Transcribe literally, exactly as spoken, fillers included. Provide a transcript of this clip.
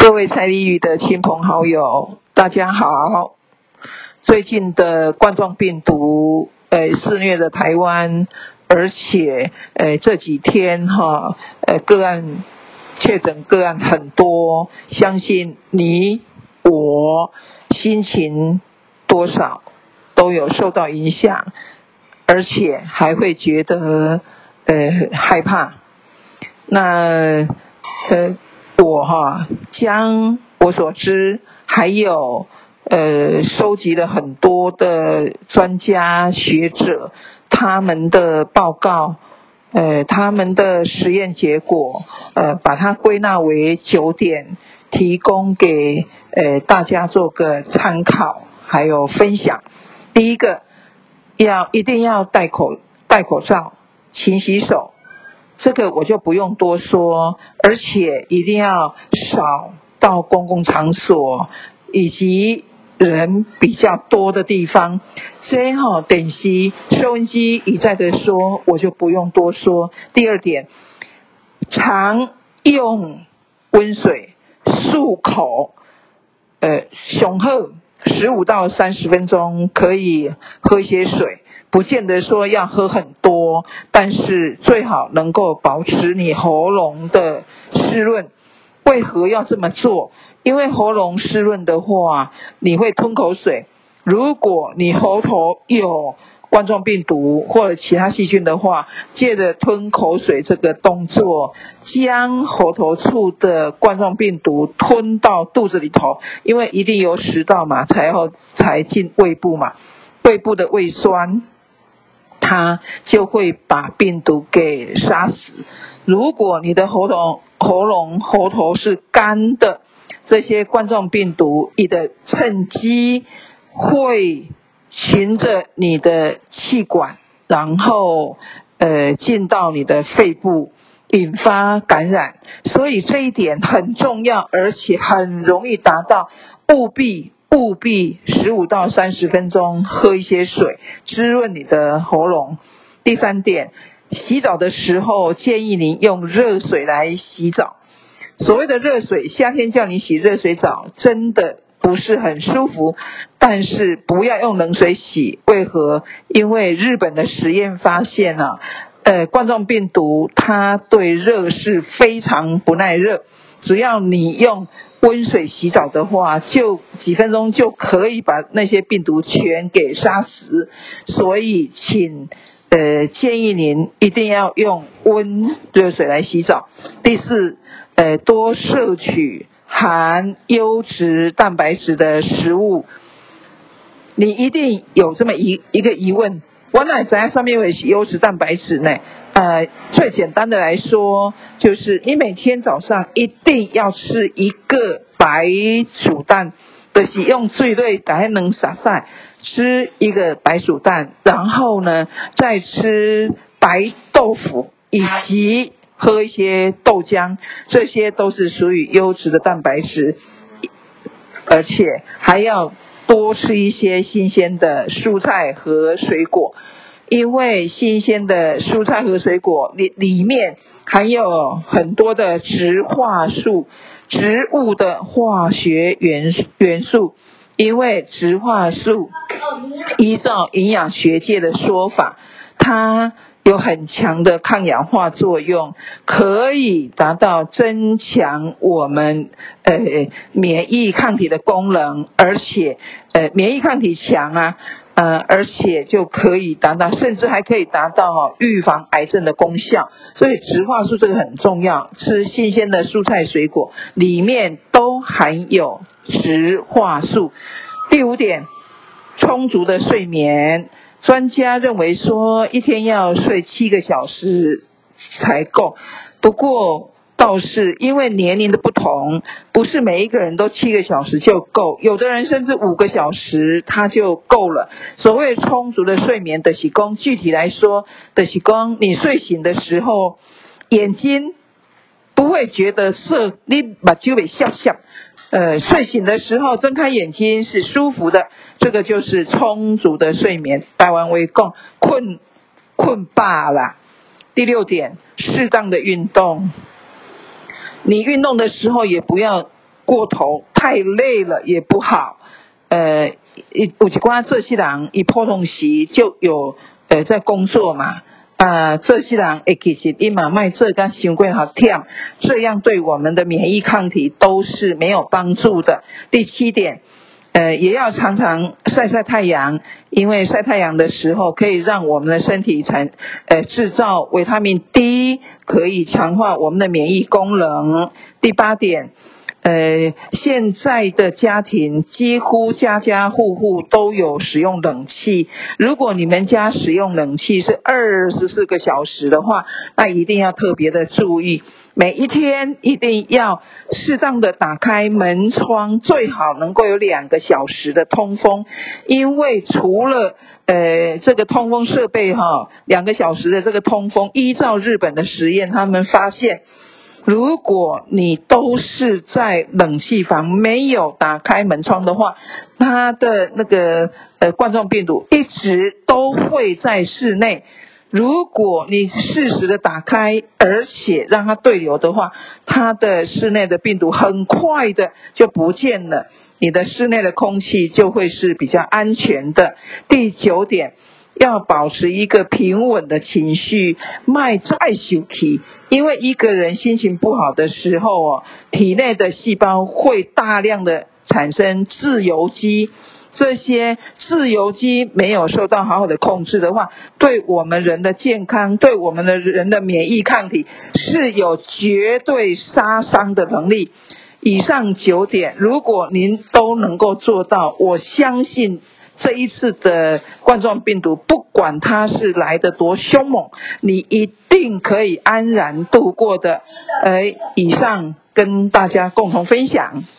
各位蔡丽玉的亲朋好友，大家好。最近的冠状病毒呃肆虐的台湾，而且呃这几天哈呃个案确诊个案很多，相信你我心情多少都有受到影响，而且还会觉得呃害怕。那呃我哈将我所知还有呃收集了很多的专家学者他们的报告，呃他们的实验结果，呃把它归纳为九点，提供给呃大家做个参考还有分享。第一个，要一定要戴口戴口罩，勤洗手，这个我就不用多说，而且一定要少到公共场所以及人比较多的地方。这哈等息收音机一再的说，我就不用多说。第二点，常用温水漱口，呃，上好十五到三十分钟可以喝一些水，不见得说要喝很多，但是最好能够保持你喉咙的湿润。为何要这么做？因为喉咙湿润的话，你会吞口水，如果你喉头有冠状病毒或者其他细菌的话，借着吞口水这个动作，将喉头处的冠状病毒吞到肚子里头，因为一定有食道嘛，才后才进胃部嘛，胃部的胃酸它就会把病毒给杀死。如果你的喉咙喉咙喉头是干的，这些冠状病毒你的趁机会循着你的气管，然后呃进到你的肺部，引发感染。所以这一点很重要，而且很容易达到，务必务必十五到三十分钟喝一些水，滋润你的喉咙。第三点，洗澡的时候建议您用热水来洗澡。所谓的热水，夏天叫你洗热水澡真的不是很舒服，但是不要用冷水洗。为何？因为日本的实验发现啊，呃，冠状病毒它对热是非常不耐热，只要你用温水洗澡的话，就几分钟就可以把那些病毒全给杀死。所以请呃建议您一定要用温热水来洗澡。第四，呃多摄取含优质蛋白质的食物。你一定有这么一一个疑问，我哪知道上面有优质蛋白质呢？呃，最简单的来说，就是你每天早上一定要吃一个白煮蛋，就是用水类打开能撒晒，吃一个白煮蛋，然后呢再吃白豆腐以及喝一些豆浆，这些都是属于优质的蛋白质，而且还要多吃一些新鲜的蔬菜和水果，因为新鲜的蔬菜和水果里里面含有很多的植化素，植物的化学元元素。因为植化素依照营养学界的说法，它有很强的抗氧化作用，可以达到增强我们呃免疫抗体的功能，而且呃免疫抗体强啊，呃而且就可以达到，甚至还可以达到、哦、预防癌症的功效。所以植化素这个很重要，吃新鲜的蔬菜水果里面都含有植化素。第五点，充足的睡眠。专家认为说一天要睡七个小时才够，不过倒是因为年龄的不同，不是每一个人都七个小时就够，有的人甚至五个小时他就够了。所谓充足的睡眠的是说，具体来说的是说，你睡醒的时候眼睛不会觉得涩，你目睭会笑笑，呃，睡醒的时候睁开眼睛是舒服的，这个就是充足的睡眠。台湾话讲困困饱啦。第六点，适当的运动。你运动的时候也不要过头，太累了也不好。呃，有一寡这些人，伊普通时就有呃在工作嘛，啊，这些人诶其实伊嘛卖做甲伤过好忝，这样对我们的免疫抗体都是没有帮助的。第七点，呃，也要常常晒晒太阳，因为晒太阳的时候可以让我们的身体产呃制造维他命 D， 可以强化我们的免疫功能。第八点。呃，现在的家庭几乎家家户户都有使用冷气。如果你们家使用冷气是二十四个小时的话，那一定要特别的注意，每一天一定要适当的打开门窗，最好能够有两个小时的通风，因为除了呃这个通风设备哈，两个小时的这个通风，依照日本的实验，他们发现。如果你都是在冷气房没有打开门窗的话，它的那个呃冠状病毒一直都会在室内。如果你适时的打开，而且让它对流的话，它的室内的病毒很快的就不见了，你的室内的空气就会是比较安全的。第九点，要保持一个平稳的情绪，卖再生气。因为一个人心情不好的时候哦，体内的细胞会大量的产生自由基，这些自由基没有受到好好的控制的话，对我们人的健康，对我们的人的免疫抗体是有绝对杀伤的能力。以上九点，如果您都能够做到，我相信这一次的冠状病毒，不管它是来得多凶猛，你一定可以安然度过的。呃，以上跟大家共同分享。